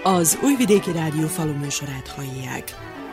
Az Újvidéki Rádió faluműsorát hallják.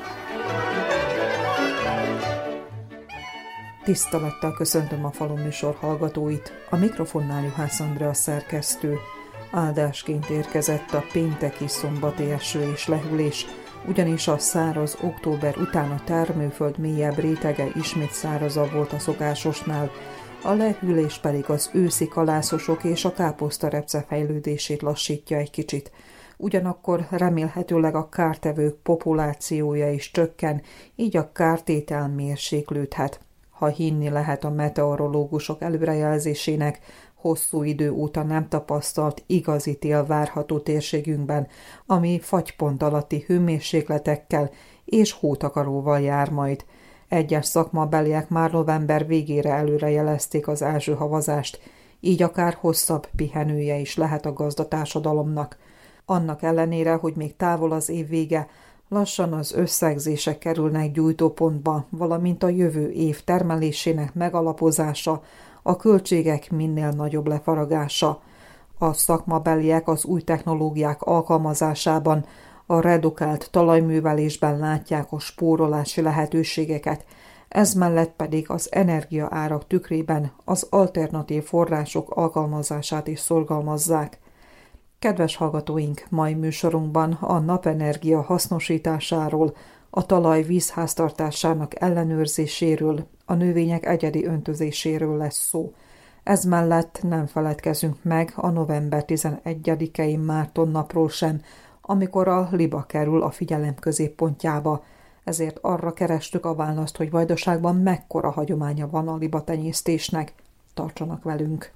Tisztelettel köszöntöm a faluműsor hallgatóit, a mikrofonnál Juhász Andrea szerkesztő. Áldásként érkezett a pénteki szombati eső és lehűlés, ugyanis a száraz október után a termőföld mélyebb rétege ismét szárazabb volt a szokásosnál, a lehűlés pedig az őszi kalászosok és a káposztarepce fejlődését lassítja egy kicsit. Ugyanakkor remélhetőleg a kártevők populációja is csökken, így a kártétel mérséklődhet. Ha hinni lehet a meteorológusok előrejelzésének, hosszú idő óta nem tapasztalt igazi tél várható térségünkben, ami fagypont alatti hőmérsékletekkel és hótakaróval jár majd. Egyes szakmabeliek már november végére előrejelezték az első havazást, így akár hosszabb pihenője is lehet a gazdatársadalomnak. Annak ellenére, hogy még távol az év vége, lassan az összegzések kerülnek gyújtópontba, valamint a jövő év termelésének megalapozása, a költségek minél nagyobb lefaragása. A szakmabeliek az új technológiák alkalmazásában, a redukált talajművelésben látják a spórolási lehetőségeket, ez mellett pedig az energiaárak tükrében az alternatív források alkalmazását is szorgalmazzák. Kedves hallgatóink, mai műsorunkban a napenergia hasznosításáról, a talaj vízháztartásának ellenőrzéséről, a növények egyedi öntözéséről lesz szó. Ez mellett nem feledkezünk meg a november 11-i Márton napról sem, amikor a liba kerül a figyelem középpontjába. Ezért arra kerestük a választ, hogy Vajdaságban mekkora hagyománya van a libatenyésztésnek. Tartsanak velünk!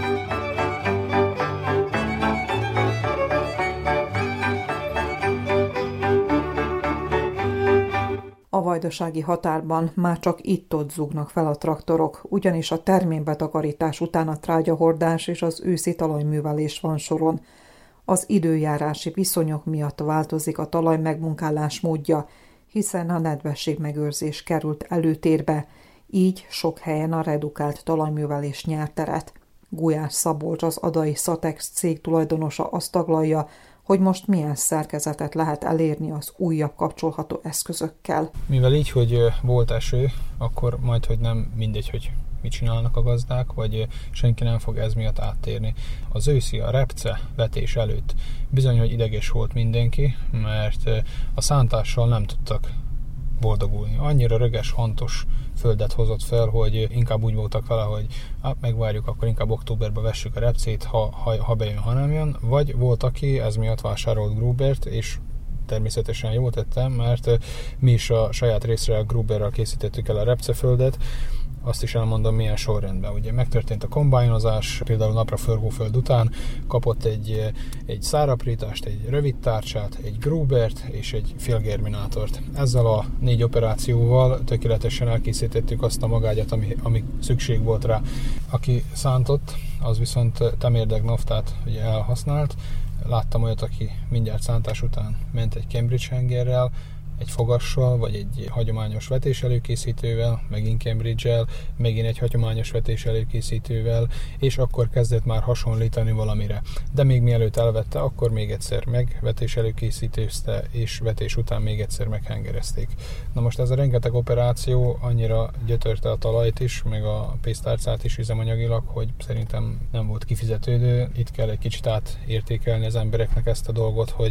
A vajdasági határban már csak itt-ott zúgnak fel a traktorok, ugyanis a terménybetakarítás után a trágyahordás és az őszi talajművelés van soron. Az időjárási viszonyok miatt változik a talaj megmunkálás módja, hiszen a nedvességmegőrzés került előtérbe, így sok helyen a redukált talajművelés nyer teret. Gulyás Szabolcs, az Adai Szatex cég tulajdonosa azt taglalja, hogy most milyen szerkezetet lehet elérni az újabb kapcsolható eszközökkel. Mivel így, hogy volt eső, akkor majd, hogy nem mindegy, hogy mit csinálnak a gazdák, vagy senki nem fog ez miatt áttérni. Az őszi, a repce vetés előtt bizony, hogy ideges volt mindenki, mert a szántással nem tudtak boldogulni. Annyira röges, hantos földet hozott fel, hogy inkább úgy voltak vele, hogy megvárjuk, akkor inkább októberben vessük a repcét, ha bejön, ha nem jön. Vagy volt, aki ez miatt vásárolt Grubert, és természetesen jól tettem, mert mi is a saját részre a Gruberrel készítettük el a repceföldet. Azt is elmondom, milyen sorrendben. Ugye megtörtént a kombájnozás, például napra forgóföld után kapott egy száraprítást, egy rövid tárcsát, egy Grubert és egy félgerminátort. Ezzel a 4 operációval tökéletesen elkészítettük azt a magágyat, ami szükség volt rá. Aki szántott, az viszont temérdeg naftát ugye elhasznált. Láttam olyat, aki mindjárt szántás után ment egy Cambridge hengerrel, egy fogassal, vagy egy hagyományos vetéselőkészítővel, megint Cambridge-el, megint egy hagyományos vetéselőkészítővel, és akkor kezdett már hasonlítani valamire. De még mielőtt elvette, akkor még egyszer megvetéselőkészítőzte, és vetés után még egyszer meghengerezték. Na most ez a rengeteg operáció annyira gyötörte a talajt is, meg a pénztárcát is üzemanyagilag, hogy szerintem nem volt kifizetődő. Itt kell egy kicsit átértékelni az embereknek ezt a dolgot, hogy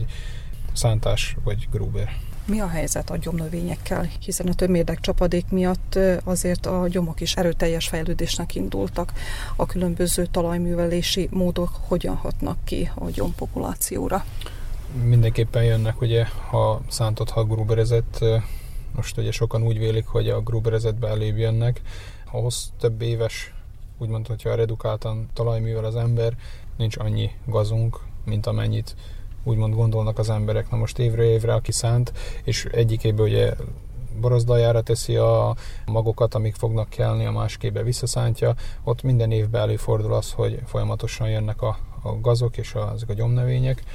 szántás vagy Gruber. Mi a helyzet a gyomnövényekkel? Hiszen a tömérdek csapadék miatt azért a gyomok is erőteljes fejlődésnek indultak. A különböző talajművelési módok hogyan hatnak ki a gyompopulációra? Mindenképpen jönnek, ugye, ha szántott, ha gruberezett. Most ugye sokan úgy vélik, hogy a gruberezetbe elébb jönnek. Ahhoz több éves, úgymond, hogyha redukáltan talajművel az ember, nincs annyi gazunk, mint amennyit úgymond gondolnak az emberek. Na most évről évre, aki szánt, és egyikéből ugye borozdajára teszi a magokat, amik fognak kelni, a másikébe visszaszántja, ott minden évben előfordul az, hogy folyamatosan jönnek a gazok és ezek a gyomnövények.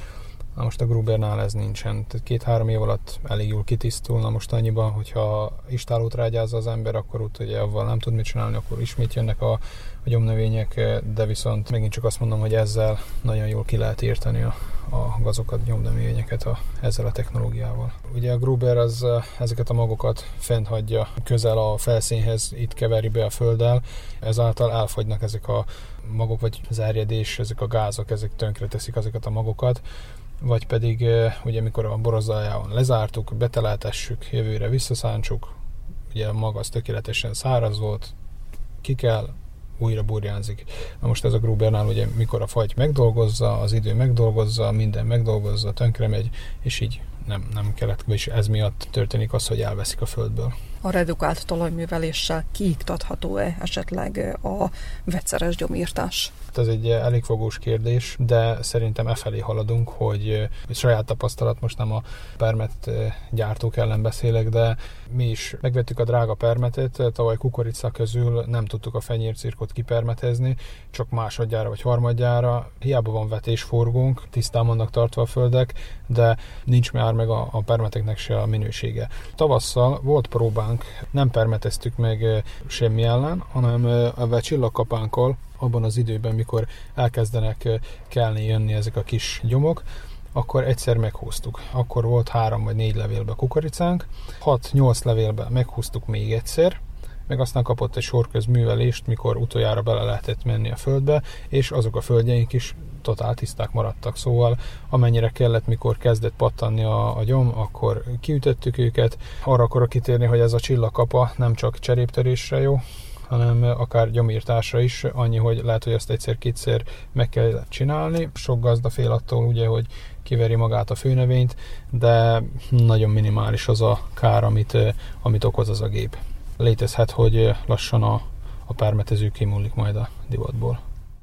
Na most a Grubernál ez nincsen. Tehát 2-3 év alatt elég jól kitisztul. Na most annyiban, hogyha istálót rágyázza az ember, akkor ott ugye avval nem tud mit csinálni, akkor ismét jönnek a gyomnövények, de viszont megint csak azt mondom, hogy ezzel nagyon jól ki lehet írtani a gazokat, gyomnövényeket ezzel a technológiával. Ugye a Gruber az ezeket a magokat fent hagyja közel a felszínhez, itt keveri be a földdel, ezáltal elfogynak ezek a magok, vagy az erjedés, ezek a gázok, ezek tönkreteszik ezeket a magokat, vagy pedig ugye mikor a borozdáján lezártuk, beteleltessük, jövőre visszaszántsuk, ugye a mag az tökéletesen száraz volt, ki kell, újra burjánzik. Na most ez a Grubernál ugye mikor a fagy megdolgozza, az idő megdolgozza, minden megdolgozza, tönkre megy, és így nem kellett, és ez miatt történik az, hogy elveszik a földből. A redukált talajműveléssel kiiktatható-e esetleg a vegyszeres gyomírtás? Ez egy elég fogós kérdés, de szerintem efelé haladunk, hogy saját tapasztalat, most nem a permet gyártók ellen beszélek, de mi is megvettük a drága permetet, tavaly kukorica közül nem tudtuk a fenyércirkot kipermetezni, csak másodjára vagy harmadjára, hiába van vetésforgónk, tisztán vannak tartva a földek, de nincs már meg a permeteknek se a minősége. Tavasszal volt próbánk, nem permeteztük meg semmi ellen, hanem a csillagkapánkkal, abban az időben, mikor elkezdenek kelni, jönni ezek a kis gyomok, akkor egyszer meghúztuk. Akkor volt 3 vagy 4 levélbe kukoricánk, 6-8 levélbe meghúztuk még egyszer, meg aztán kapott egy sorközművelést, mikor utoljára bele lehetett menni a földbe, és azok a földjeink is totál tiszták maradtak. Szóval amennyire kellett, mikor kezdett pattanni a gyom, akkor kiütöttük őket. Arra akarok kitérni, hogy ez a csillagkapa nem csak cseréptörésre jó, hanem akár gyomírtásra is, annyi, hogy lehet, hogy ezt egyszer-kétszer meg kell csinálni. Sok gazda fél attól, ugye, hogy kiveri magát a főnövényt, de nagyon minimális az a kár, amit okoz az a gép. Létezhet, hogy lassan a permetező kimúlik majd a divatból.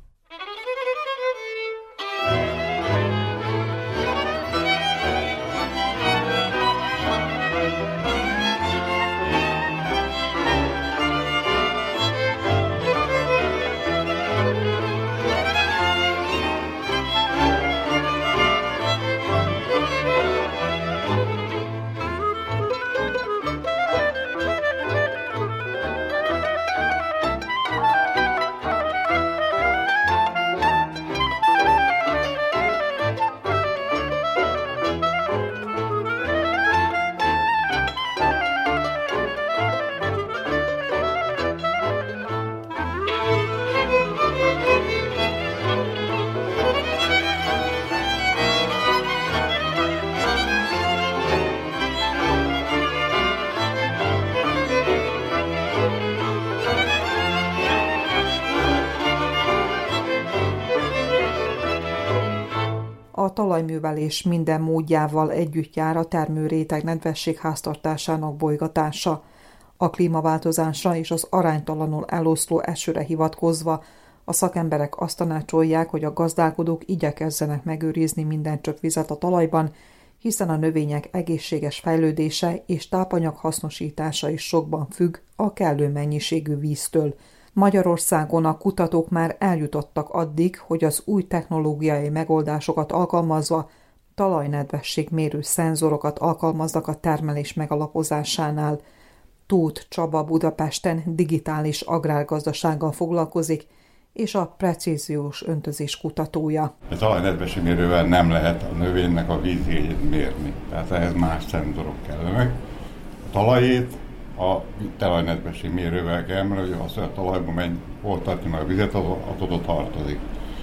A talajművelés minden módjával együtt jár a termőréteg nedvesség háztartásának bolygatása. A klímaváltozásra és az aránytalanul eloszló esőre hivatkozva a szakemberek azt tanácsolják, hogy a gazdálkodók igyekezzenek megőrizni minden csöpp vizet a talajban, hiszen a növények egészséges fejlődése és tápanyag hasznosítása is sokban függ a kellő mennyiségű víztől. Magyarországon a kutatók már eljutottak addig, hogy az új technológiai megoldásokat alkalmazva talajnedvességmérő szenzorokat alkalmaznak a termelés megalapozásánál. Tóth Csaba Budapesten digitális agrárgazdasággal foglalkozik, és a precíziós öntözés kutatója. A talajnedvességmérővel nem lehet a növénynek a vízigényét mérni, tehát ehhez más szenzorok kellenek. A talajét a talajnedvességmérővel kell, mert az, hogy a talajban megy, hol tartja meg a vizet, az oda tartozik.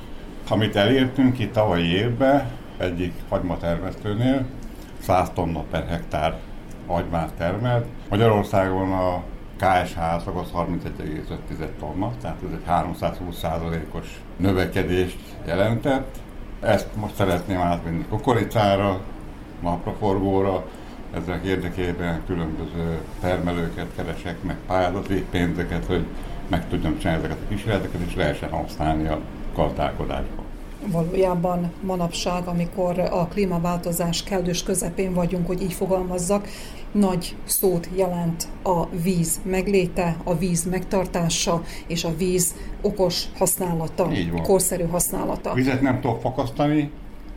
Amit elértünk itt tavalyi évben, egyik hagymatermesztőnél 100 tonna per hektár hagymát termelt. Magyarországon a KSH átlag az 31,5 tonna, tehát ez egy 320%-os növekedést jelentett. Ezt most szeretném átvinni kukoricára, napraforgóra. Ezek érdekében különböző termelőket keresek, meg pályázati pénzeket, hogy meg tudjam csinálni ezeket a kísérleteket, és lehessen használni a gazdálkodásban. Valójában manapság, amikor a klímaváltozás kellős közepén vagyunk, hogy így fogalmazzak, nagy szót jelent a víz megléte, a víz megtartása és a víz okos használata, korszerű használata. Vizet nem tudok fakasztani,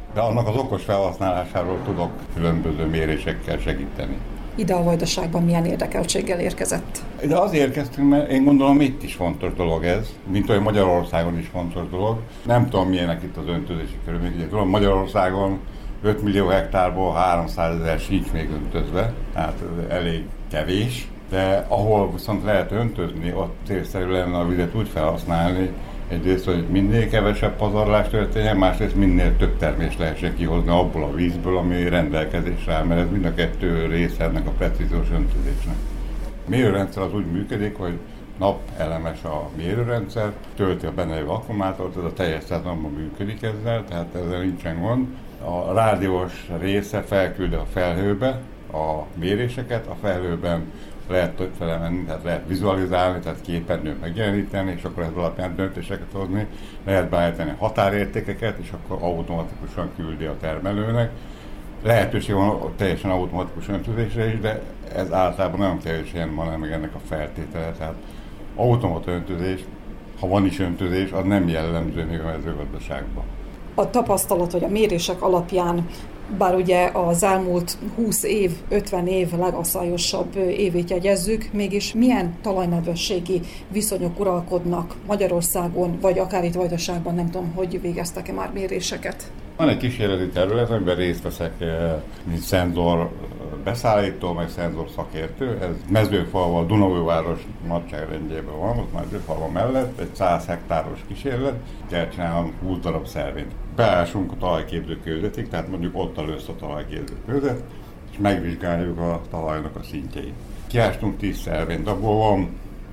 de annak az okos felhasználásáról tudok különböző mérésekkel segíteni. Ide a Vajdaságban milyen érdekeltséggel érkezett? De azért érkeztünk, mert én gondolom itt is fontos dolog ez, mint olyan Magyarországon is fontos dolog. Nem tudom, milyenek itt az öntözési körülmények. Tudom, Magyarországon 5 millió hektárból 300 000 sincs még öntözve, tehát elég kevés. De ahol viszont lehet öntözni, ott célszerű lenne a vizet úgy felhasználni, egyrészt, hogy minél kevesebb pazarlás történjen, másrészt minél több termést lehessen kihozni abból a vízből, ami rendelkezésre áll, mert ez mind a kettő része ennek a precíziós öntözésnek. A mérőrendszer az úgy működik, hogy napelemes a mérőrendszer, tölti a benne lévő akkumulátort, ez a teljes szezonban működik ezzel, tehát ezzel nincsen gond. A rádiós része felküldi a felhőbe a méréseket, a felhőben lehet többfele menni, tehát lehet vizualizálni, tehát képernyőt megjeleníteni, és akkor ez alapján döntéseket hozni, lehet beállítani határértékeket, és akkor automatikusan küldi a termelőnek. Lehetőség van teljesen automatikus öntözésre is, de ez általában nem teljesen van meg ennek a feltétele. Tehát automata öntözés, ha van is öntözés, az nem jellemző még a mezőgazdaságban. A tapasztalat, vagy a mérések alapján, bár ugye az elmúlt 20 év, 50 év legaszályosabb évét jegyezzük, mégis milyen talajnedvességi viszonyok uralkodnak Magyarországon, vagy akár itt Vajdaságban, nem tudom, hogy végeztek-e már méréseket? Van egy kísérleti terület, amiben részt veszek, mint szenzor beszállító, meg szenzor szakértő. Ez Mezőfalva, Dunaújváros nagyságrendjében van, ott Mezőfalva mellett egy 100 hektáros kísérlet, kell csinálni 20 darab szervényt. Beásunk a talajképző kőzetig, tehát mondjuk ott először a talajképző kőzet, és megvizsgáljuk a talajnak a szintjeit. Kiástunk 10 szervényt, abból van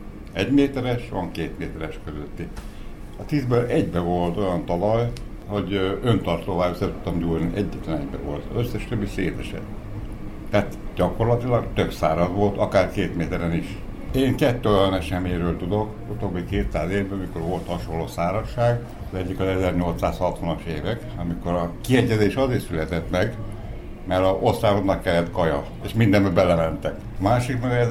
1 méteres, van 2 méteres közötti. A 10-ből egybe volt olyan talaj, hogy öntartóvá össze tudtam gyúrni, egyetlen egybe volt. Az összes többi szétesett. Tehát gyakorlatilag tök száraz volt, akár 2 méteren is. Én 2 olyan eseményről tudok, utóbbi 200 évben, amikor volt hasonló szárazság. Az egyik az 1860-as évek, amikor a kiegyezés azért született meg, mert az országoknak kellett kaja, és mindenbe belementek. A másik meg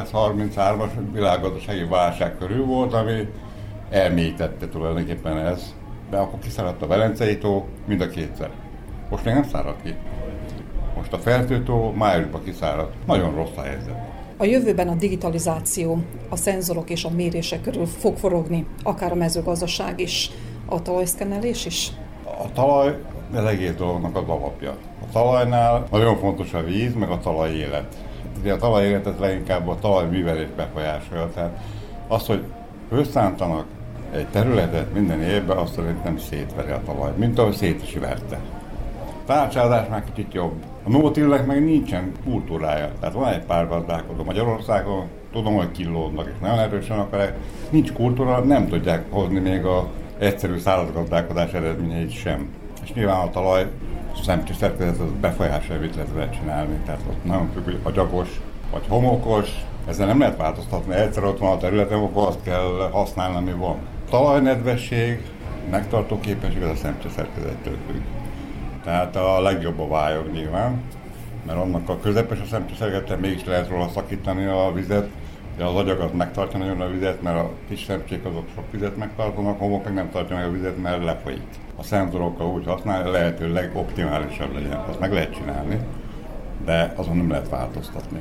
1933-as világgazdasági válság körül volt, ami elmélyítette tulajdonképpen ez. De akkor kiszáradt a Velencei tó mind a kétszer. Most még nem száradt ki. Most a Fertő tó májusban kiszáradt. Nagyon rossz a helyzet. A jövőben a digitalizáció, a szenzorok és a mérések körül fog forogni, akár a mezőgazdaság is, a talajszkennelés is? A talaj az egész dolognak az alapja. A talajnál nagyon fontos a víz, meg a talajélet. Ugye a talajéletet leginkább a talajművelés befolyásolja. Tehát az, hogy összántanak egy területet minden évben, azt szerintem szétveri a talaj, mint ahogy szét is verte. A tárcsázás már kicsit jobb. A no-tillnek meg nincsen kultúrája. Tehát van egy pár gazdálkodó Magyarországon, tudom, hogy killódnak, és nagyon erősen akarják. Nincs kultúra, nem tudják hozni még az egyszerű szárazgazdálkodás eredményeit sem. És nyilván a talaj szemcsi szerkezet befolyásolja, mit lehet csinálni. Tehát ott nagyon függ, hogy agyagos vagy homokos. Ezzel nem lehet változtatni, egyszer ott van a területen, akkor azt kell használni, ami van. Talajnedvesség, megtartó képesség az a szemcse szerkezettől függ. Tehát a legjobb a vályog nyilván, mert annak a közepes a szemcse szerkezete, mégis lehet róla szakítani a vizet, de az agyag az megtartja nagyon a vizet, mert a kis szemcsék azok sok vizet megtartanak, homok meg nem tartja meg a vizet, mert lefolyik. A szenzorokkal úgy használja, lehető legoptimálisabb legyen. Azt meg lehet csinálni, de azon nem lehet változtatni.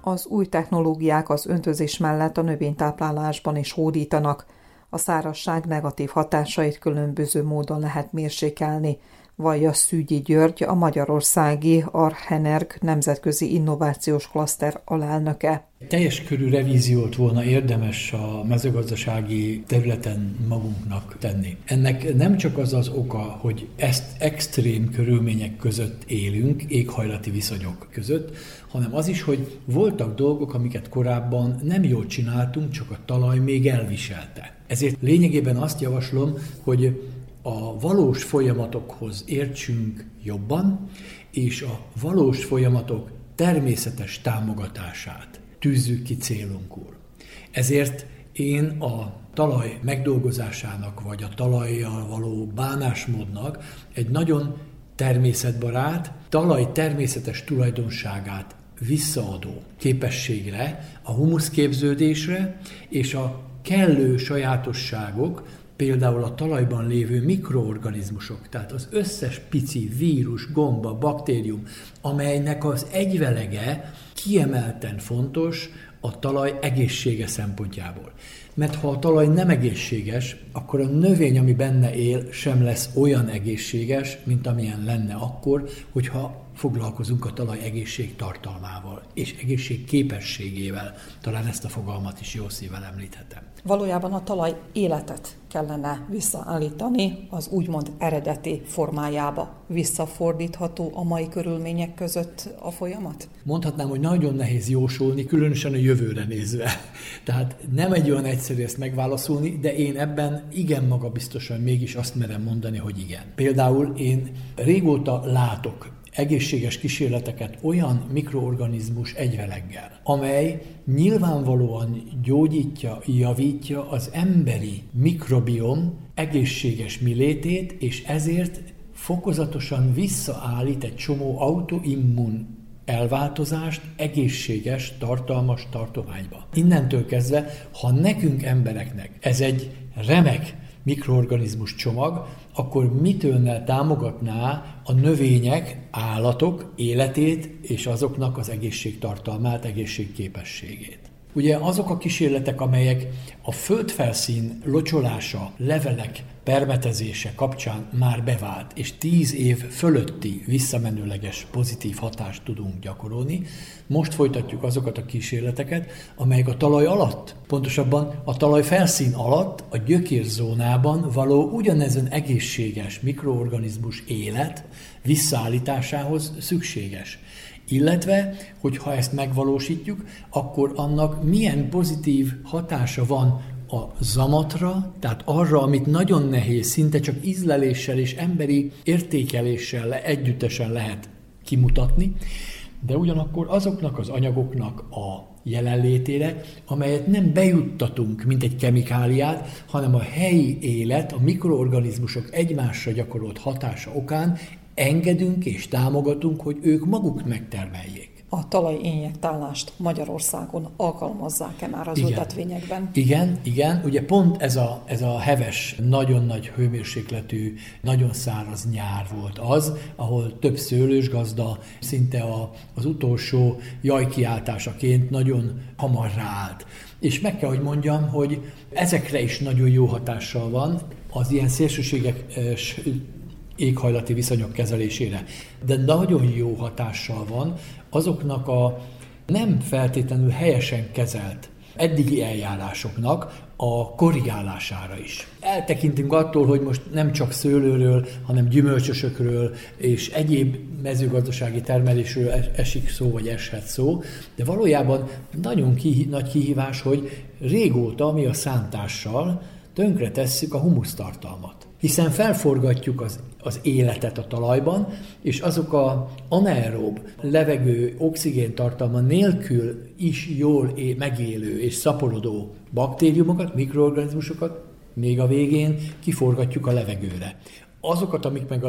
Az új technológiák az öntözés mellett a növénytáplálásban is hódítanak. A szárazság negatív hatásait különböző módon lehet mérsékelni, vallja Szűgyi György, a magyarországi Archenerg nemzetközi innovációs klaszter alelnöke. Teljes körű revíziót volna érdemes a mezőgazdasági területen magunknak tenni. Ennek nem csak az az oka, hogy ezt extrém körülmények között élünk, éghajlati viszonyok között, hanem az is, hogy voltak dolgok, amiket korábban nem jól csináltunk, csak a talaj még elviselte. Ezért lényegében azt javaslom, hogy a valós folyamatokhoz értsünk jobban, és a valós folyamatok természetes támogatását tűzzük ki célunkul. Ezért én a talaj megdolgozásának, vagy a talajjal való bánásmódnak egy nagyon természetbarát, talaj természetes tulajdonságát visszaadó képességre, a humuszképződésre és a kellő sajátosságok, például a talajban lévő mikroorganizmusok, tehát az összes pici vírus, gomba, baktérium, amelynek az egyvelege kiemelten fontos a talaj egészsége szempontjából. Mert ha a talaj nem egészséges, akkor a növény, ami benne él, sem lesz olyan egészséges, mint amilyen lenne akkor, hogyha foglalkozunk a talaj egészség tartalmával és egészség képességével. Talán ezt a fogalmat is jó szívvel említhetem. Valójában a talaj életet kellene visszaállítani az úgymond eredeti formájába. Visszafordítható a mai körülmények között a folyamat? Mondhatnám, hogy nagyon nehéz jósolni, különösen a jövőre nézve. Tehát nem egy olyan egyszerű ezt megválaszolni, de én ebben igen magabiztosan mégis azt merem mondani, hogy igen. Például én régóta látok egészséges kísérleteket olyan mikroorganizmus egyveleggel, amely nyilvánvalóan gyógyítja, javítja az emberi mikrobiom egészséges milétét, és ezért fokozatosan visszaállít egy csomó autoimmun elváltozást egészséges, tartalmas tartományba. Innentől kezdve, ha nekünk embereknek ez egy remek mikroorganizmus csomag, akkor mitől támogatná a növények, állatok életét és azoknak az egészségtartalmát, egészségképességét. Ugye azok a kísérletek, amelyek a földfelszín locsolása, levelek permetezése kapcsán már bevált, és 10 év fölötti visszamenőleges pozitív hatást tudunk gyakorolni, most folytatjuk azokat a kísérleteket, amelyek a talaj alatt, pontosabban a talaj felszín alatt, a gyökérzónában való ugyanezen egészséges mikroorganizmus élet visszaállításához szükséges. Illetve, hogyha ezt megvalósítjuk, akkor annak milyen pozitív hatása van a zamatra, tehát arra, amit nagyon nehéz, szinte csak ízleléssel és emberi értékeléssel együttesen lehet kimutatni, de ugyanakkor azoknak az anyagoknak a jelenlétére, amelyet nem bejuttatunk, mint egy kemikáliát, hanem a helyi élet, a mikroorganizmusok egymásra gyakorolt hatása okán engedünk és támogatunk, hogy ők maguk megtermeljék. A talajinjektálást Magyarországon alkalmazzák-e már az ültetvényekben? Igen. Ugye pont ez a heves, nagyon nagy hőmérsékletű, nagyon száraz nyár volt az, ahol több szőlősgazda szinte az utolsó jajkiáltásaként nagyon hamar ráállt. És meg kell, hogy mondjam, hogy ezekre is nagyon jó hatással van az ilyen szélsőséges éghajlati viszonyok kezelésére. De nagyon jó hatással van azoknak a nem feltétlenül helyesen kezelt eddigi eljárásoknak a korrigálására is. Eltekintünk attól, hogy most nem csak szőlőről, hanem gyümölcsösökről és egyéb mezőgazdasági termelésről esik szó, vagy eshet szó, de valójában nagyon nagy kihívás, hogy régóta mi a szántással tönkretesszük a humusztartalmat. Hiszen felforgatjuk az életet a talajban, és azok az anaerób levegő oxigéntartalma nélkül is jól megélő és szaporodó baktériumokat, mikroorganizmusokat még a végén kiforgatjuk a levegőre. Azokat, amik meg a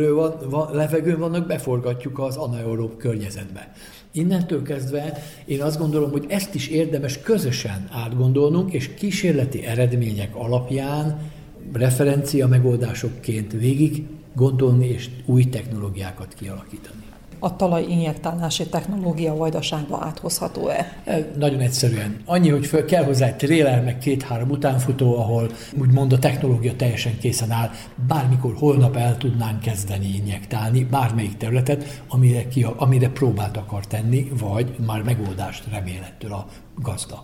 levegőn vannak, beforgatjuk az anaerób környezetbe. Innentől kezdve én azt gondolom, hogy ezt is érdemes közösen átgondolnunk, és kísérleti eredmények alapján referencia megoldásokként végig gondolni és új technológiákat kialakítani. a talajinjektálási technológia Vajdaságba áthozható-e? Nagyon egyszerűen. Annyi, hogy kell hozzá egy tréler, meg 2-3 utánfutó, ahol úgymond a technológia teljesen készen áll. Bármikor, holnap el tudnánk kezdeni injektálni bármelyik területet, amire próbát akar tenni, vagy már megoldást remél ettől a gazda.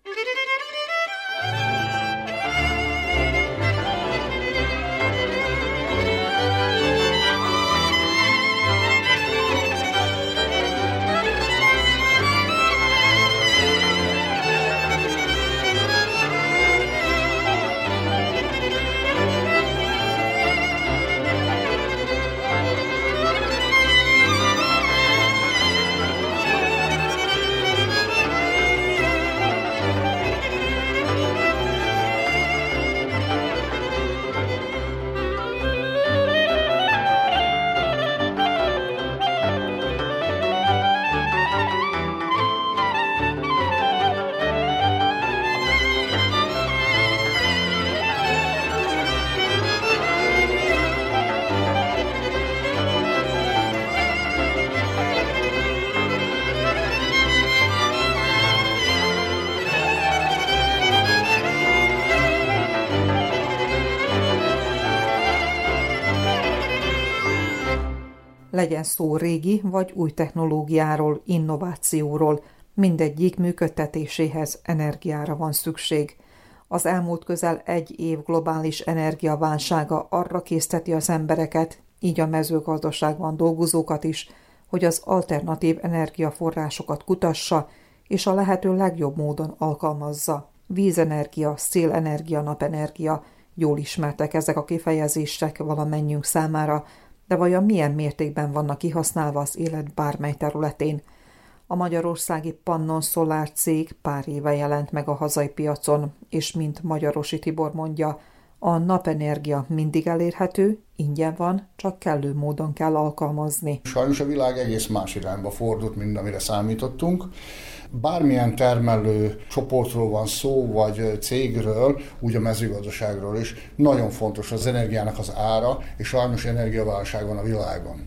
Legyen szó régi vagy új technológiáról, innovációról, mindegyik működtetéséhez energiára van szükség. Az elmúlt közel 1 év globális energiaválsága arra készteti az embereket, így a mezőgazdaságban dolgozókat is, hogy az alternatív energiaforrásokat kutassa, és a lehető legjobb módon alkalmazza. Vízenergia, szélenergia, napenergia, jól ismertek ezek a kifejezések valamennyünk számára, de vajon milyen mértékben vannak kihasználva az élet bármely területén? A magyarországi Pannon Solar cég pár éve jelent meg a hazai piacon, és mint Magyarosi Tibor mondja, a napenergia mindig elérhető, ingyen van, csak kellő módon kell alkalmazni. Sajnos a világ egész más irányba fordult, mint amire számítottunk. Bármilyen termelő csoportról van szó, vagy cégről, úgy a mezőgazdaságról is, nagyon fontos az energiának az ára, és sajnos energiaválság van a világon.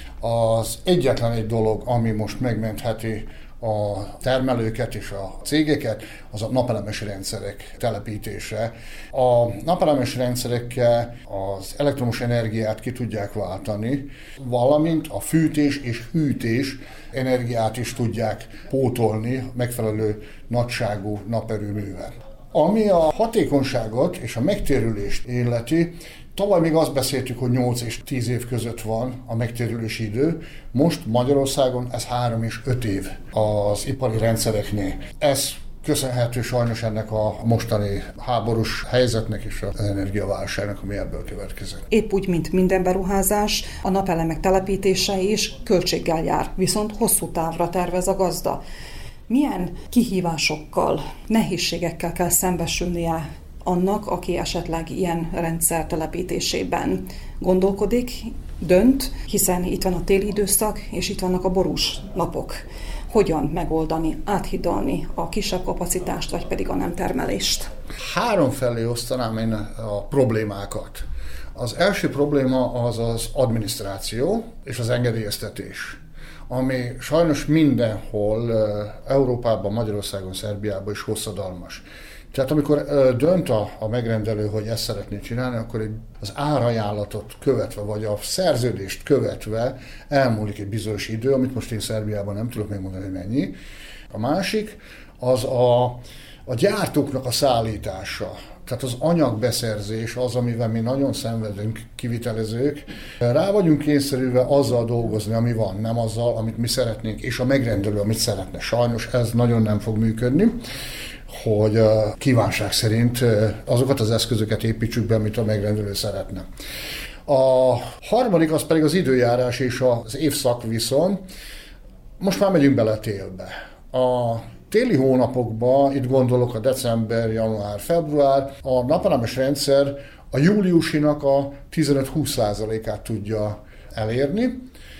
Az egyetlen egy dolog, ami most megmentheti a termelőket és a cégeket, az a napelemes rendszerek telepítése. A napelemes rendszerekkel az elektromos energiát ki tudják váltani, valamint a fűtés és hűtés energiát is tudják pótolni megfelelő nagyságú naperőművel. Ami a hatékonyságot és a megtérülést illeti, tavaly még azt beszéltük, hogy 8 és 10 év között van a megtérülési idő, most Magyarországon ez 3 és 5 év az ipari rendszereknél. Ez köszönhető sajnos ennek a mostani háborús helyzetnek és az energiaválságnak, ami ebből következett. Épp úgy, mint minden beruházás, a napelemek telepítése is költséggel jár, viszont hosszú távra tervez a gazda. Milyen kihívásokkal, nehézségekkel kell szembesülnie annak, aki esetleg ilyen rendszer telepítésében gondolkodik, dönt, hiszen itt van a téli időszak, és itt vannak a borús napok. Hogyan megoldani, áthidalni a kisebb kapacitást, vagy pedig a nem termelést? 3 felé osztanám én a problémákat. Az első probléma az az adminisztráció és az engedélyeztetés, ami sajnos mindenhol Európában, Magyarországon, Szerbiában is hosszadalmas. Tehát amikor dönt a megrendelő, hogy ezt szeretné csinálni, akkor az árajánlatot követve, vagy a szerződést követve elmúlik egy bizonyos idő, amit most én Szerbiában nem tudok megmondani, hogy mennyi. A másik az a gyártóknak a szállítása. Tehát az anyagbeszerzés az, amivel mi nagyon szenvedünk, kivitelezők. Rá vagyunk kényszerülve azzal dolgozni, ami van, nem azzal, amit mi szeretnénk, és a megrendelő, amit szeretne. Sajnos ez nagyon nem fog működni, hogy kívánság szerint azokat az eszközöket építsük be, amit a megrendelő szeretne. A harmadik az pedig az időjárás és az évszak viszont. Most már megyünk bele télbe. A téli hónapokban, itt gondolok a december, január, február, a napelemes rendszer a júliusinak a 15-20%-át tudja elérni.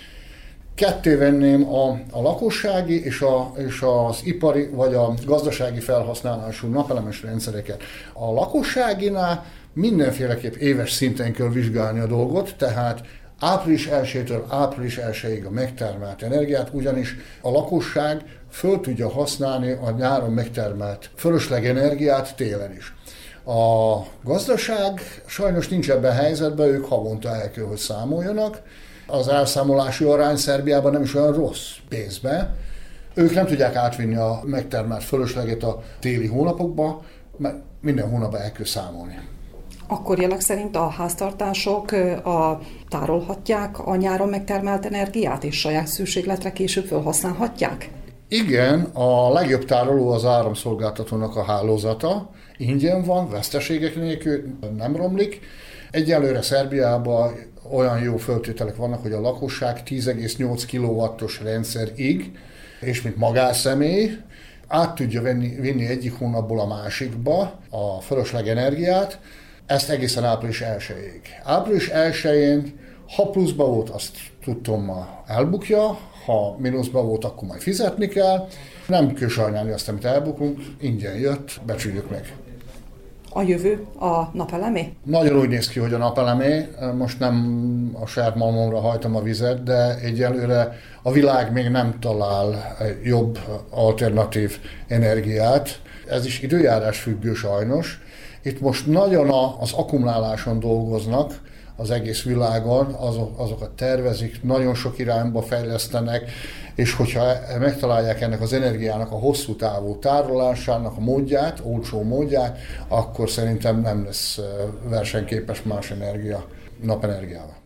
Ketté venném a lakossági és az ipari vagy a gazdasági felhasználású napelemes rendszereket. A lakosságinál mindenféleképp éves szinten kell vizsgálni a dolgot, tehát április 1-től április 1-ig a megtermelt energiát, ugyanis a lakosság föl tudja használni a nyáron megtermelt fölösleg energiát télen is. A gazdaság sajnos nincs ebben a helyzetben, ők havonta el kell, hogy számoljanak. Az elszámolási arány Szerbiában nem is olyan rossz pénzbe. Ők nem tudják átvinni a megtermelt fölösleget a téli hónapokba, mert minden hónapban el kell számolni. Akkor jelek szerint a háztartások tárolhatják a nyáron megtermelt energiát, és saját szükségletre később felhasználhatják? Igen, a legjobb tároló az áramszolgáltatónak a hálózata. Ingyen van, veszteségek nélkül, nem romlik. Egyelőre Szerbiában olyan jó feltételek vannak, hogy a lakosság 10,8 kW-os rendszerig, és mint magánszemély, át tudja vinni egyik hónapból a másikba a fölösleg energiát, ezt egészen április 1-ig. Április 1-én, ha pluszba volt, azt tudtommal elbukja, ha mínuszba volt, akkor majd fizetni kell. Nem kell sajnálni azt, amit elbukunk, ingyen jött, becsüljük meg. A jövő a napelemé? Nagyon úgy néz ki, hogy a napelemé. Most nem a saját malmomra hajtom a vizet, de egyelőre a világ még nem talál jobb alternatív energiát. Ez is időjárás függő sajnos. Itt most nagyon az akkumuláláson dolgoznak az egész világon, azokat tervezik, nagyon sok irányba fejlesztenek, és hogyha megtalálják ennek az energiának a hosszú távú tárolásának a módját, olcsó módját, akkor szerintem nem lesz versenyképes más energia, napenergiával.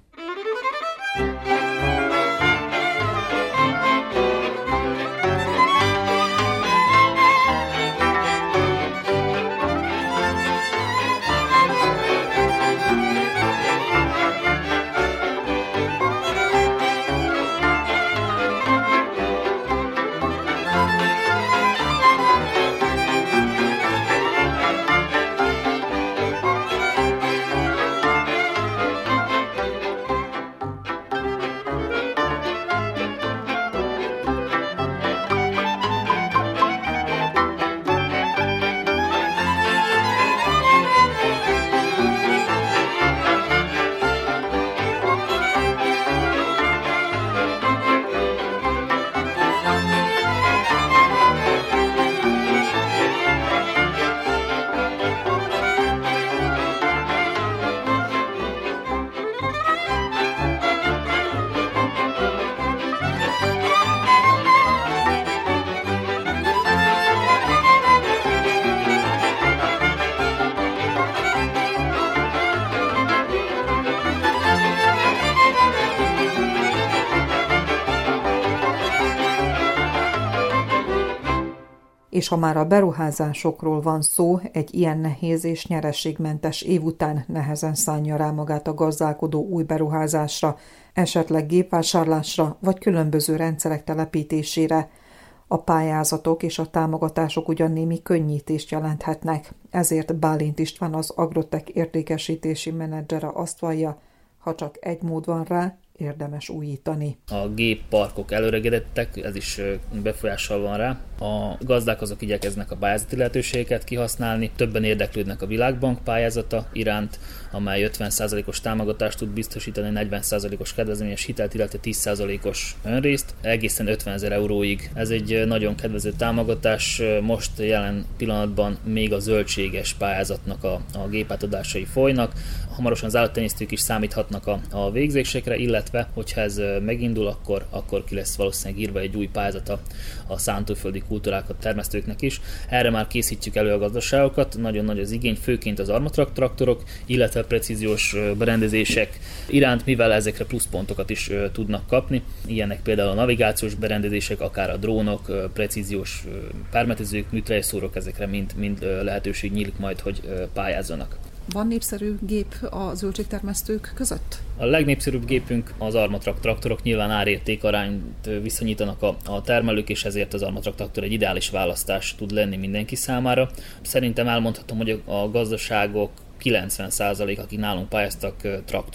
És ha már a beruházásokról van szó, egy ilyen nehéz és nyereségmentes év után nehezen szánja rá magát a gazdálkodó új beruházásra, esetleg gépvásárlásra vagy különböző rendszerek telepítésére. A pályázatok és a támogatások ugyan némi könnyítést jelenthetnek, ezért Bálint István, az Agrotech értékesítési menedzsere azt vallja, ha csak egy mód van rá, érdemes újítani. A gépparkok előregedettek, ez is befolyással van rá. A gazdák azok igyekeznek a pályázati lehetőségeket kihasználni, többen érdeklődnek a Világbank pályázata iránt, amely 50%-os támogatást tud biztosítani, 40%-os kedvezményes hitelt, illetve 10%-os önrészt, egészen 50 000 euróig. Ez egy nagyon kedvező támogatás, most jelen pillanatban még a zöldséges pályázatnak a gépátadásai folynak, hamarosan az állattenyésztők is számíthatnak a végzésekre, illetve hogyha ez megindul, akkor ki lesz valószínűleg írva egy új pályázata a szántóföldi kultúrákat termesztőknek is. Erre már készítjük elő a gazdaságokat, nagyon nagy az igény, főként az armatraktorok, illetve precíziós berendezések iránt, mivel ezekre pluszpontokat is tudnak kapni. Ilyenek például a navigációs berendezések, akár a drónok, precíziós pármetezők, műtrejszórok, ezekre mind lehetőség nyílik majd, hogy pályázzanak. Van népszerű gép a zöldségtermesztők között? A legnépszerűbb gépünk az Armatrak traktorok, nyilván árérték arányt viszonyítanak a termelők, és ezért az Armatrak traktor egy ideális választás tud lenni mindenki számára. Szerintem elmondhatom, hogy a gazdaságok 90%, akik nálunk pályáztak, traktorra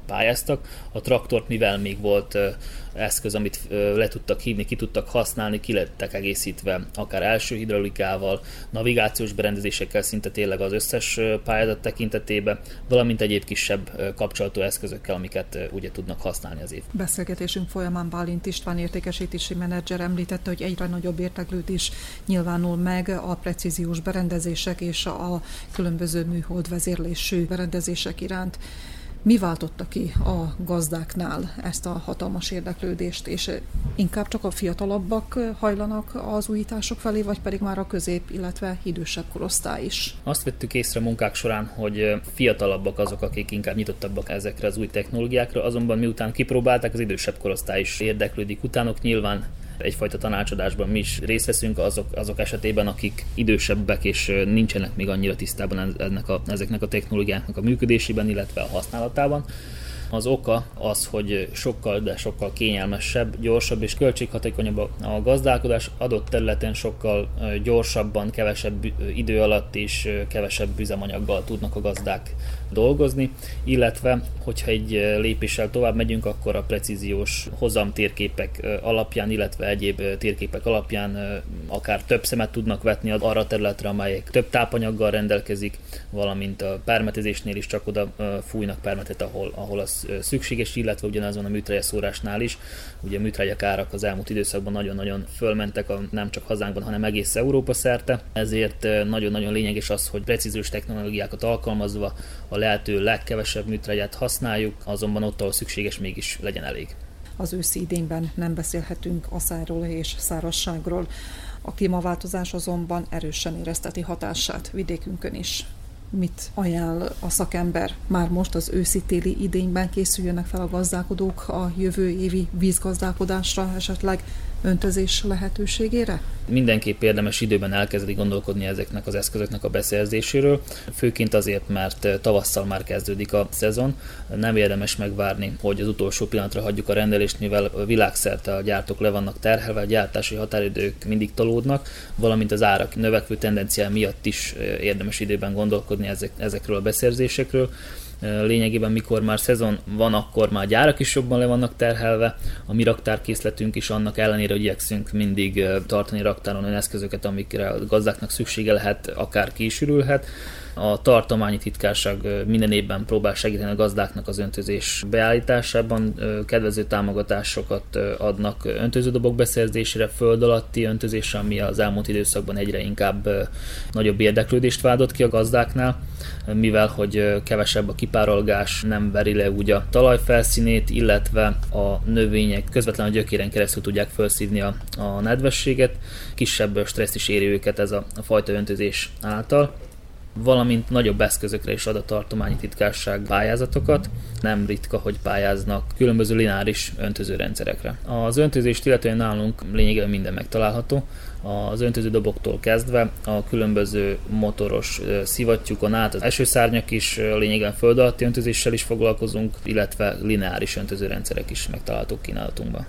pályáztak. A traktort, mivel még volt eszköz, amit le tudtak hívni, ki tudtak használni, ki lettek egészítve akár első hidraulikával, navigációs berendezésekkel, szinte tényleg az összes pályázat tekintetében, valamint egyéb kisebb kapcsolatú eszközökkel, amiket ugye tudnak használni az év. Beszélgetésünk folyamán Bálint István értékesítési menedzser említette, hogy egyre nagyobb érdeklődés nyilvánul meg a precíziós berendezések és a különböző műholdvezérlésű berendezések iránt. Mi váltotta ki a gazdáknál ezt a hatalmas érdeklődést, és inkább csak a fiatalabbak hajlanak az újítások felé, vagy pedig már a közép, illetve idősebb korosztály is? Azt vettük észre munkák során, hogy fiatalabbak azok, akik inkább nyitottabbak ezekre az új technológiákra, azonban miután kipróbálták, az idősebb korosztály is érdeklődik utánok. Nyilván egyfajta tanácsadásban mi is részt veszünk azok esetében, akik idősebbek és nincsenek még annyira tisztában ezeknek a technológiáknak a működésében, illetve a használatában. Az oka az, hogy sokkal, de sokkal kényelmesebb, gyorsabb és költséghatékonyabb a gazdálkodás, adott területen sokkal gyorsabban, kevesebb idő alatt és kevesebb üzemanyaggal tudnak a gazdák dolgozni, illetve hogyha egy lépéssel tovább megyünk, akkor a precíziós hozamtérképek alapján, illetve egyéb térképek alapján akár több szemet tudnak vetni arra a területre, amelyek több tápanyaggal rendelkezik, valamint a permetezésnél is csak oda fújnak permetet, ahol az szükséges, illetve ugyanazon a műtrágyaszórásnál is. Ugye a műtrágyak árak az elmúlt időszakban nagyon-nagyon fölmentek, nem csak hazánkban, hanem egész Európa szerte. Ezért nagyon-nagyon lényeges az, hogy precíziós technológiákat alkalmazva a lehető legkevesebb műtrágyát használjuk, azonban ott, ahol szükséges, mégis legyen elég. Az őszi idényben nem beszélhetünk aszályról és szárazságról. A klímaváltozás azonban erősen érezteti hatását vidékünkön is. Mit ajánl a szakember? Már most az őszi-téli idényben készüljenek fel a gazdálkodók a jövő évi vízgazdálkodásra, esetleg öntözés lehetőségére? Mindenképp érdemes időben elkezdeni gondolkodni ezeknek az eszközöknek a beszerzéséről, főként azért, mert tavasszal már kezdődik a szezon. Nem érdemes megvárni, hogy az utolsó pillanatra hagyjuk a rendelést, mivel világszerte a gyártók le vannak terhelve, a gyártási határidők mindig tolódnak, valamint az árak növekvő tendenciája miatt is érdemes időben gondolkodni ezekről a beszerzésekről. Lényegében mikor már szezon van, akkor már gyárak is jobban le vannak terhelve, a mi raktárkészletünk is annak ellenére, hogy igyekszünk mindig tartani raktáron olyan eszközöket, amikre a gazdáknak szüksége lehet, akár ki is ürülhet. A tartományi titkárság minden évben próbál segíteni a gazdáknak az öntözés beállításában, kedvező támogatásokat adnak öntöződobok beszerzésére, föld alatti öntözésre, ami az elmúlt időszakban egyre inkább nagyobb érdeklődést váltott ki a gazdáknál, mivel hogy kevesebb a kipárolgás, nem veri le úgy a talaj felszínét, illetve a növények közvetlenül a gyökéren keresztül tudják felszívni a nedvességet, kisebb stresszt is éri őket ez a fajta öntözés által. Valamint nagyobb eszközökre is ad a tartományi titkárság pályázatokat. Nem ritka, hogy pályáznak különböző lineáris öntözőrendszerekre. Az öntözést illetően nálunk lényegében minden megtalálható. Az öntöződoboktól kezdve a különböző motoros szivattyúkon át, az esőszárnyak is lényegében föld alatti öntözéssel is foglalkozunk, illetve lineáris öntözőrendszerek is megtalálhatók kínálatunkban.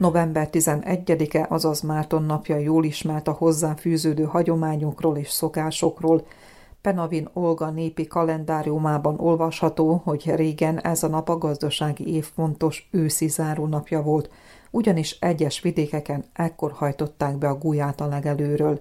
November 11-e, azaz Márton napja jól ismert a hozzáfűződő hagyományokról és szokásokról. Penavin Olga népi kalendáriumában olvasható, hogy régen ez a nap a gazdasági év fontos őszi zárónapja volt, ugyanis egyes vidékeken ekkor hajtották be a gúját a legelőről.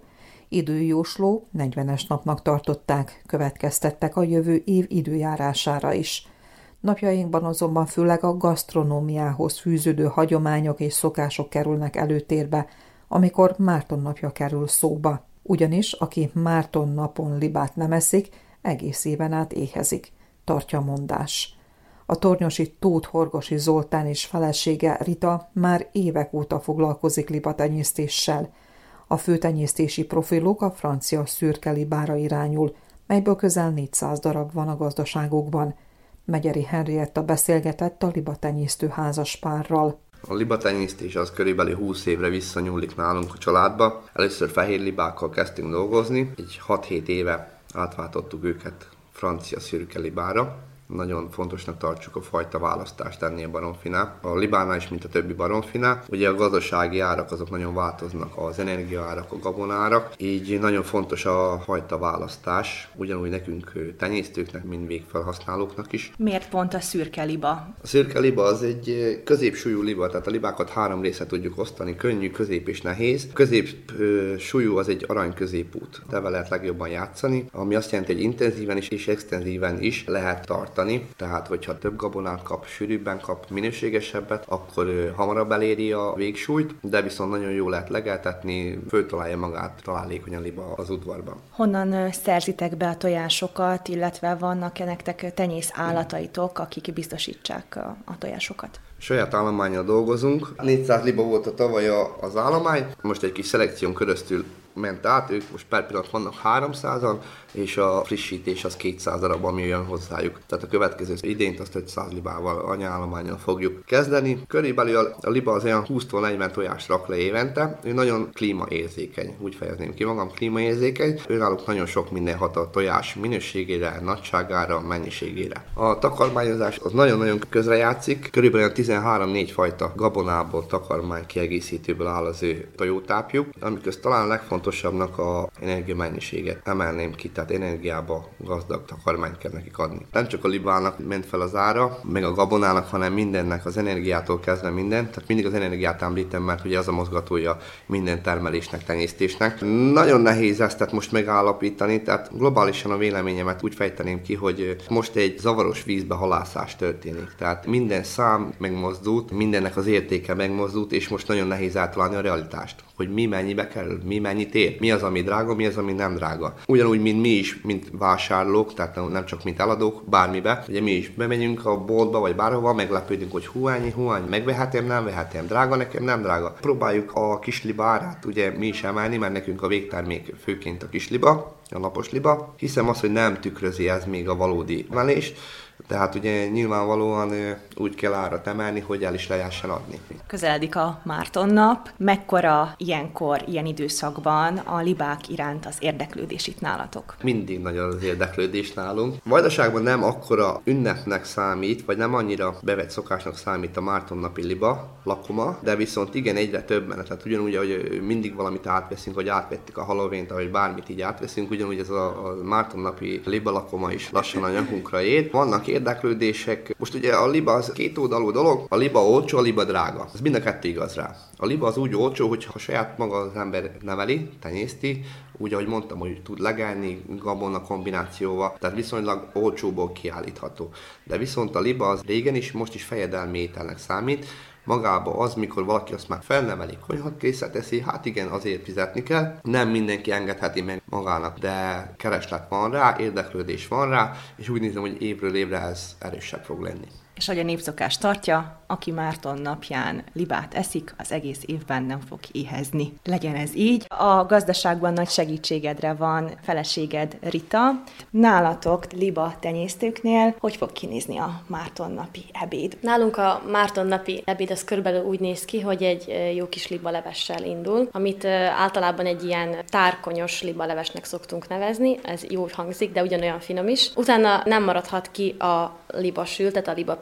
Időjósló 40-es napnak tartották, következtettek a jövő év időjárására is. Napjainkban azonban főleg a gasztronómiához fűződő hagyományok és szokások kerülnek előtérbe, amikor Márton napja kerül szóba. Ugyanis, aki Márton napon libát nem eszik, egész éven át éhezik, tartja a mondás. A tornyosi Tóth Horgosi Zoltán és felesége Rita már évek óta foglalkozik libatenyésztéssel. A főtenyésztési profiluk a francia szürke libára irányul, melyből közel 400 darab van a gazdaságokban. Megyeri Henrietta beszélgetett a libatenyésztő házaspárral. A libatenyésztés az körülbelül 20 évre visszanyúlik nálunk a családba. Először fehér libákkal kezdtünk dolgozni, így 6-7 éve átváltottuk őket francia szürke libára. Nagyon fontosnak tartsuk a fajta választást ennél a baromfinál. A libánál is, mint a többi baromfinál. Ugye a gazdasági árak azok nagyon változnak, az energiaárak, a gabonárak, így nagyon fontos a fajta választás, ugyanúgy nekünk tenyésztőknek, mint végfelhasználóknak is. Miért pont a szürke liba? A szürke liba az egy középsúlyú liba, tehát a libákat 3 részre tudjuk osztani, könnyű, közép és nehéz. Középsúlyú az egy arany középút, de vele lehet legjobban játszani, ami azt jelenti, hogy intenzíven is és extenzíven is lehet tartani. Tehát, hogyha több gabonát kap, sűrűbben kap, minőségesebbet, akkor hamarabb eléri a végsúlyt, de viszont nagyon jól lehet legeltetni, föltalálja magát találékonyan liba az udvarban. Honnan szerzitek be a tojásokat, illetve vannak-e nektek tenyész állataitok, akik biztosítsák a tojásokat? Saját állománnyal dolgozunk. 400 liba volt a tavaly az állomány, most egy kis szelekción keresztül ment át, ők most per pillanat vannak 300-an, és a frissítés az 200 darab, ami jön hozzájuk. Tehát a következő idényt azt 500 libával, anyaállománnyal fogjuk kezdeni. Körülbelül a liba az olyan 20-40 tojást rak le évente, ő nagyon klímaérzékeny, úgy fejezném ki magam, klímaérzékeny. Őnáluk nagyon sok minden hat a tojás minőségére, nagyságára, mennyiségére. A takarmányozás az nagyon-nagyon közrejátszik, körülbelül 13-4 fajta gabonából, takarmány kiegészítőből áll az ő tojótápjuk, amiköz talán legfontosabbnak a energiamennyiséget emelném ki, tehát energiába gazdag takarmányt kell nekik adni. Nem csak a libának ment fel az ára, meg a gabonának, hanem mindennek, az energiától kezdve minden. Tehát mindig az energiát említem, mert ugye az a mozgatója minden termelésnek, tenyésztésnek. Nagyon nehéz ezt tehát most megállapítani, tehát globálisan a véleményemet úgy fejteném ki, hogy most egy zavaros vízbe halászás történik. Tehát minden szám megmozdult, mindennek az értéke megmozdult, és most nagyon nehéz áttalálni a realitást, hogy mi mennyibe kerül, mi mennyit ér, mi az, ami drága, mi az, ami nem drága. Ugyanúgy, mint mi is, mint vásárlók, tehát nem csak mint eladók, bármibe. Ugye mi is bemegyünk a boltba, vagy bárhova, meglepődünk, hogy hú, megvehetem, nem vehetem, drága nekem, nem drága. Próbáljuk a kisliba árát ugye mi is emelni, mert nekünk a végtermék főként a kisliba, a lapos liba. Hiszem azt, hogy nem tükrözi ez még a valódi emelést. Tehát ugye nyilvánvalóan úgy kell árat emelni, hogy el is lehessen adni. Közeledik a Márton nap. Mekkora ilyenkor, ilyen időszakban a libák iránt az érdeklődés itt nálatok? Mindig nagy az érdeklődés nálunk. Vajdaságban nem akkora ünnepnek számít, vagy nem annyira bevett szokásnak számít a Márton napi liba lakoma, de viszont igen, egyre többen. Tehát ugyanúgy, hogy mindig valamit átveszünk, vagy átvettük a Halloween-t, vagy bármit így átveszünk, ugyanúgy ez a Márton napi liba lakoma is lassan a nyakunkra ér. Vannak érdeklődések. Most ugye a liba az két oldalú dolog, a liba olcsó, a liba drága. Ez mind a kettő igaz rá. A liba az úgy olcsó, hogyha saját maga az ember neveli, tenyészti, úgy ahogy mondtam, hogy tud legelni gabona kombinációval, tehát viszonylag olcsóból kiállítható. De viszont a liba az régen is, most is fejedelmi ételnek számít. Magába az, mikor valaki azt már felneveli, konyhakészre teszi, hát igen, azért fizetni kell. Nem mindenki engedheti meg magának, de kereslet van rá, érdeklődés van rá, és úgy nézem, hogy évről évre ez erősebb fog lenni. És ahogy a népszokás tartja, aki Márton napján libát eszik, az egész évben nem fog éhezni. Legyen ez így. A gazdaságban nagy segítségedre van feleséged Rita. Nálatok liba tenyésztőknél hogy fog kinézni a Márton napi ebéd? Nálunk a Márton napi ebéd az körülbelül úgy néz ki, hogy egy jó kis libalevessel indul, amit általában egy ilyen tárkonyos libalevesnek szoktunk nevezni. Ez jól hangzik, de ugyanolyan finom is. Utána nem maradhat ki a libasül, tehát a liba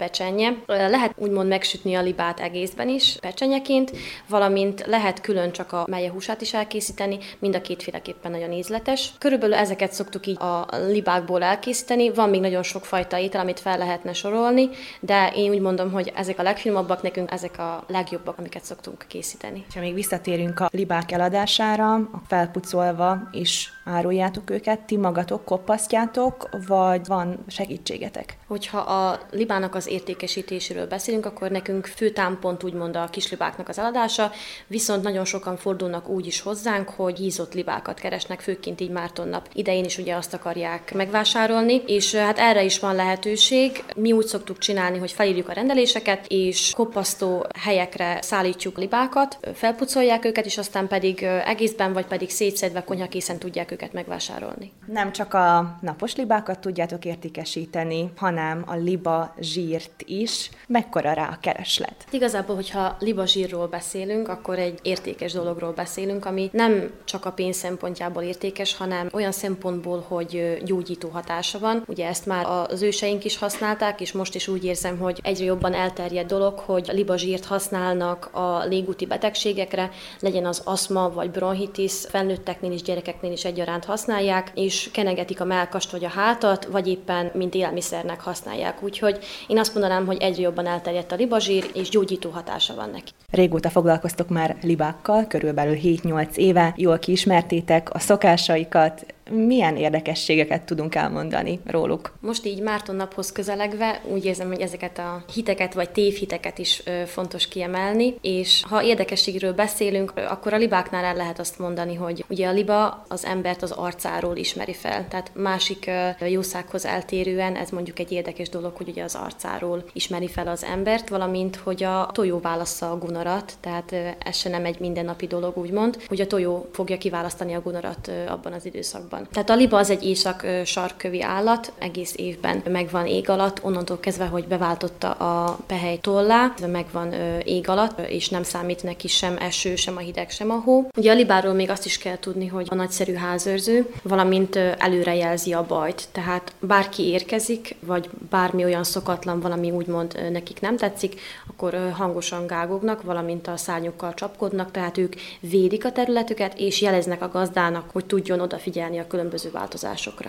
pecsenye. Lehet úgymond megsütni a libát egészben is, pecsenyeként, valamint lehet külön csak a melyehúsát is elkészíteni, mind a kétféleképpen nagyon ízletes. Körülbelül ezeket szoktuk így a libákból elkészíteni, van még nagyon sok fajta étel, amit fel lehetne sorolni, de én úgy mondom, hogy ezek a legfinomabbak, nekünk ezek a legjobbak, amiket szoktunk készíteni. Ha még visszatérünk a libák eladására, felpucolva is áruljátok őket, ti magatok koppasztjátok, vagy van segítségetek? Hogyha a libának az értékesítéséről beszélünk, akkor nekünk fő támpont úgymond a kislibáknak az eladása, viszont nagyon sokan fordulnak úgy is hozzánk, hogy hízott libákat keresnek, főként így Mártonnap idején is ugye azt akarják megvásárolni, és hát erre is van lehetőség. Mi úgy szoktuk csinálni, hogy felírjuk a rendeléseket, és koppasztó helyekre szállítjuk libákat, felpucolják őket, és aztán pedig egészben, vagy pedig szétszedve konyhakészen tudják őket megvásárolni. Nem csak a napos libákat tudjátok értékesíteni, hanem a liba zsírt is. Mekkora rá a kereslet? Igazából, hogyha liba zsírról beszélünk, akkor egy értékes dologról beszélünk, ami nem csak a pénz szempontjából értékes, hanem olyan szempontból, hogy gyógyító hatása van. Ugye ezt már az őseink is használták, és most is úgy érzem, hogy egyre jobban elterjedt dolog, hogy liba zsírt használnak a légúti betegségekre, legyen az aszma vagy bronchitis, felnőtteknél és gyerekeknél is egyaránt használják, és kenegetik a mellkast vagy a hátat, vagy éppen mint élelmiszernek használják. Úgyhogy én azt mondanám, hogy egyre jobban elterjedt a libazsír, és gyógyító hatása van neki. Régóta foglalkoztok már libákkal, körülbelül 7-8 éve, jól kiismertétek a szokásaikat. Milyen érdekességeket tudunk elmondani róluk? Most így Márton naphoz közelegve úgy érzem, hogy ezeket a hiteket vagy tévhiteket is fontos kiemelni, és ha érdekességről beszélünk, akkor a libáknál el lehet azt mondani, hogy ugye a liba az embert az arcáról ismeri fel. Tehát másik jószághoz eltérően ez mondjuk egy érdekes dolog, hogy ugye az arcáról ismeri fel az embert, valamint, hogy a tojó válassza a gunarat, tehát ez se nem egy mindennapi dolog, úgymond, hogy a tojó fogja kiválasztani a gunarat abban az időszakban. Tehát a liba az egy észak-sarkkövi állat, egész évben megvan ég alatt, onnantól kezdve, hogy beváltotta a pehely tollá, megvan ég alatt, és nem számít neki sem eső, sem a hideg, sem a hó. Ugye a libáról még azt is kell tudni, hogy a nagyszerű házőrző, valamint előrejelzi a bajt. Tehát bárki érkezik, vagy bármi olyan szokatlan, valami úgymond nekik nem tetszik, akkor hangosan gágognak, valamint a szárnyukkal csapkodnak, tehát ők védik a területüket, és jeleznek a gazdának, hogy tudjon odafigyelni a különböző változásokra.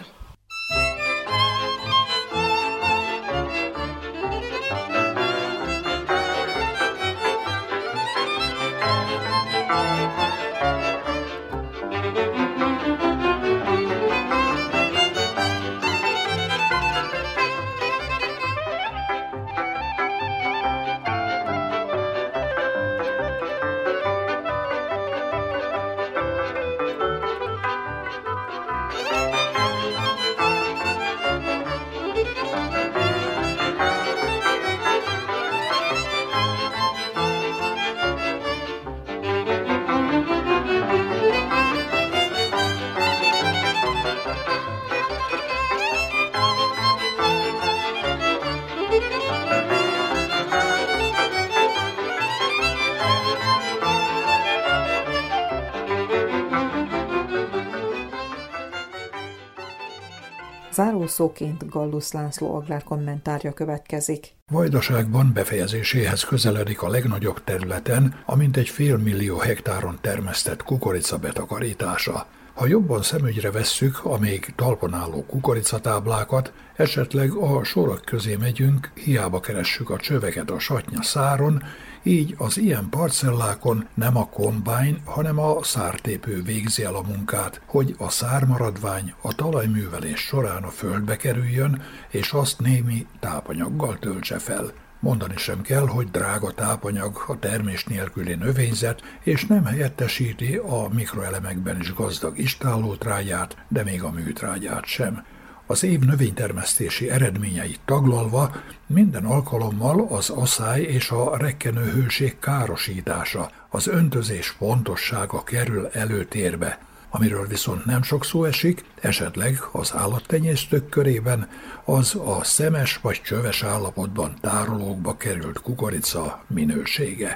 Zárószóként Gallus László agrárkommentárja következik. Vajdaságban befejezéséhez közeledik a legnagyobb területen, a mintegy 500 000 hektáron termesztett kukorica betakarítása. Ha jobban szemügyre vesszük a még talpon álló kukoricatáblákat, esetleg a sorok közé megyünk, hiába keressük a csöveket a satnya száron, így az ilyen parcellákon nem a kombány, hanem a szártépő végzi el a munkát, hogy a szármaradvány a talajművelés során a földbe kerüljön, és azt némi tápanyaggal töltse fel. Mondani sem kell, hogy drága tápanyag a termés nélküli növényzet, és nem helyettesíti a mikroelemekben is gazdag istállótrágyát, de még a műtrágyát sem. Az év növénytermesztési eredményeit taglalva minden alkalommal az aszály és a rekkenőhőség károsítása, az öntözés pontossága kerül előtérbe. Amiről viszont nem sok szó esik, esetleg az állattenyésztők körében, az a szemes vagy csöves állapotban tárolókba került kukorica minősége.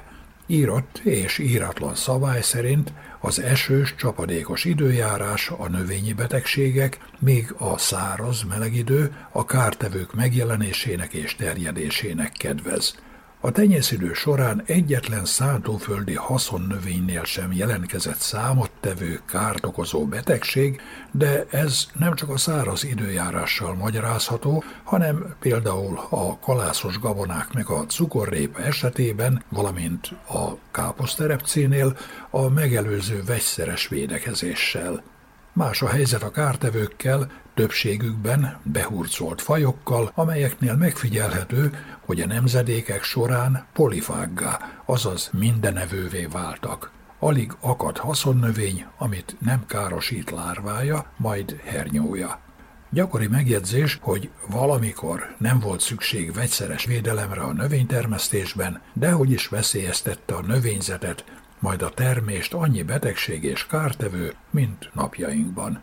Írott és íratlan szabály szerint az esős, csapadékos időjárás a növényi betegségek, míg a száraz, meleg idő a kártevők megjelenésének és terjedésének kedvez. A tenyészidő során egyetlen szántóföldi haszonnövénynél sem jelentkezett számottevő, kárt okozó betegség, de ez nem csak a száraz időjárással magyarázható, hanem például a kalászos gabonák meg a cukorrépa esetében, valamint a káposzterepcénél a megelőző vegyszeres védekezéssel. Más a helyzet a kártevőkkel, többségükben behurcolt fajokkal, amelyeknél megfigyelhető, hogy a nemzedékek során polifággá, azaz mindenevővé váltak. Alig akad haszonnövény, amit nem károsít lárvája, majd hernyója. Gyakori megjegyzés, hogy valamikor nem volt szükség vegyszeres védelemre a növénytermesztésben, de hogy is veszélyeztette a növényzetet, majd a termést annyi betegség és kártevő, mint napjainkban.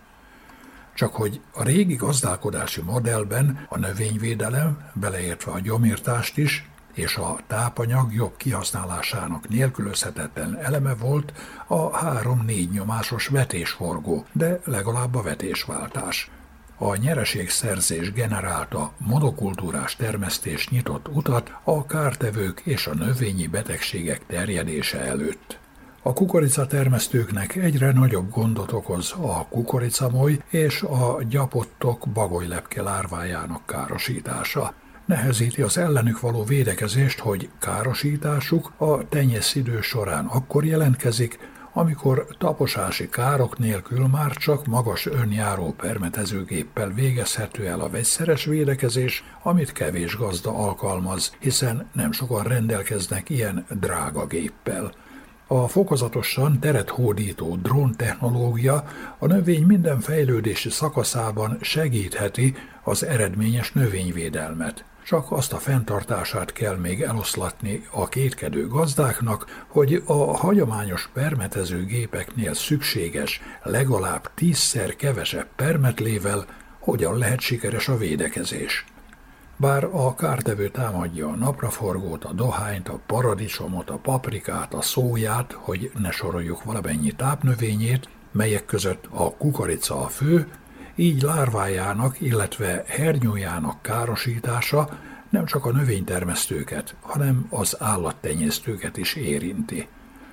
Csak hogy a régi gazdálkodási modellben a növényvédelem, beleértve a gyomírtást is, és a tápanyag jobb kihasználásának nélkülözhetetlen eleme volt a 3-4 nyomásos vetésforgó, de legalább a vetésváltás. A nyereségszerzés generálta monokultúrás termesztés nyitott utat a kártevők és a növényi betegségek terjedése előtt. A kukoricatermesztőknek egyre nagyobb gondot okoz a kukoricamoly és a gyapottok bagolylepke lárvájának károsítása. Nehezíti az ellenük való védekezést, hogy károsításuk a tenyészidő során akkor jelentkezik, amikor taposási károk nélkül már csak magas önjáró permetezőgéppel végezhető el a vegyszeres védekezés, amit kevés gazda alkalmaz, hiszen nem sokan rendelkeznek ilyen drága géppel. A fokozatosan teret hódító dróntechnológia a növény minden fejlődési szakaszában segítheti az eredményes növényvédelmet. Csak azt a fenntartását kell még eloszlatni a kétkedő gazdáknak, hogy a hagyományos permetező gépeknél szükséges legalább 10-szer kevesebb permetlével hogyan lehet sikeres a védekezés. Bár a kártevő támadja a napraforgót, a dohányt, a paradicsomot, a paprikát, a szóját, hogy ne soroljuk valamennyi tápnövényét, melyek között a kukorica a fő, így lárvájának, illetve hernyójának károsítása nem csak a növénytermesztőket, hanem az állattenyésztőket is érinti.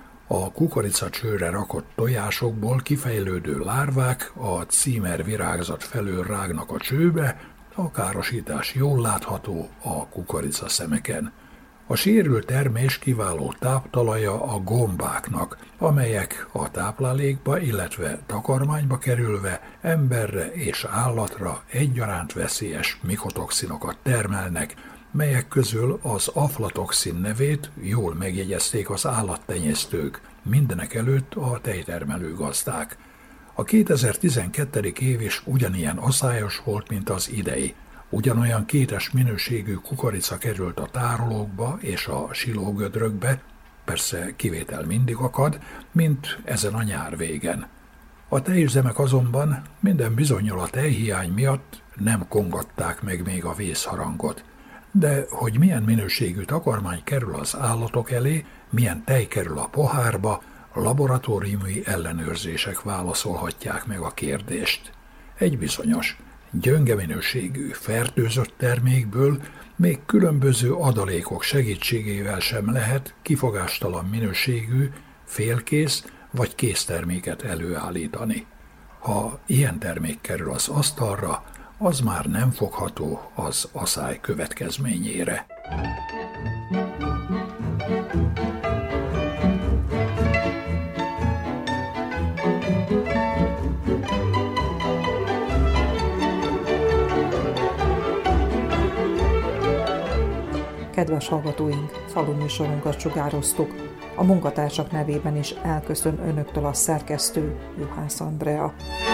A kukoricacsőre rakott tojásokból kifejlődő lárvák a címer virágzat felől rágnak a csőbe, a károsítás jól látható a kukorica szemeken. A sérült termés kiváló táptalaja a gombáknak, amelyek a táplálékba, illetve takarmányba kerülve emberre és állatra egyaránt veszélyes mikotoxinokat termelnek, melyek közül az aflatoxin nevét jól megjegyezték az állattenyésztők, mindenekelőtt a tejtermelő gazdák. A 2012. év is ugyanilyen aszályos volt, mint az idei. Ugyanolyan kétes minőségű kukorica került a tárolókba és a silógödrökbe, persze kivétel mindig akad, mint ezen a nyár végen. A tejüzemek azonban minden bizonnyal a tejhiány miatt nem kongatták meg még a vészharangot. De hogy milyen minőségű takarmány kerül az állatok elé, milyen tej kerül a pohárba, laboratóriumi ellenőrzések válaszolhatják meg a kérdést. Egy bizonyos, gyönge minőségű, fertőzött termékből még különböző adalékok segítségével sem lehet kifogástalan minőségű, félkész vagy készterméket előállítani. Ha ilyen termék kerül az asztalra, az már nem fogható az aszály következményére. Kedves hallgatóink, faluműsorunkat sugároztuk. A munkatársak nevében is elköszön önöktől a szerkesztő, Juhász Andrea.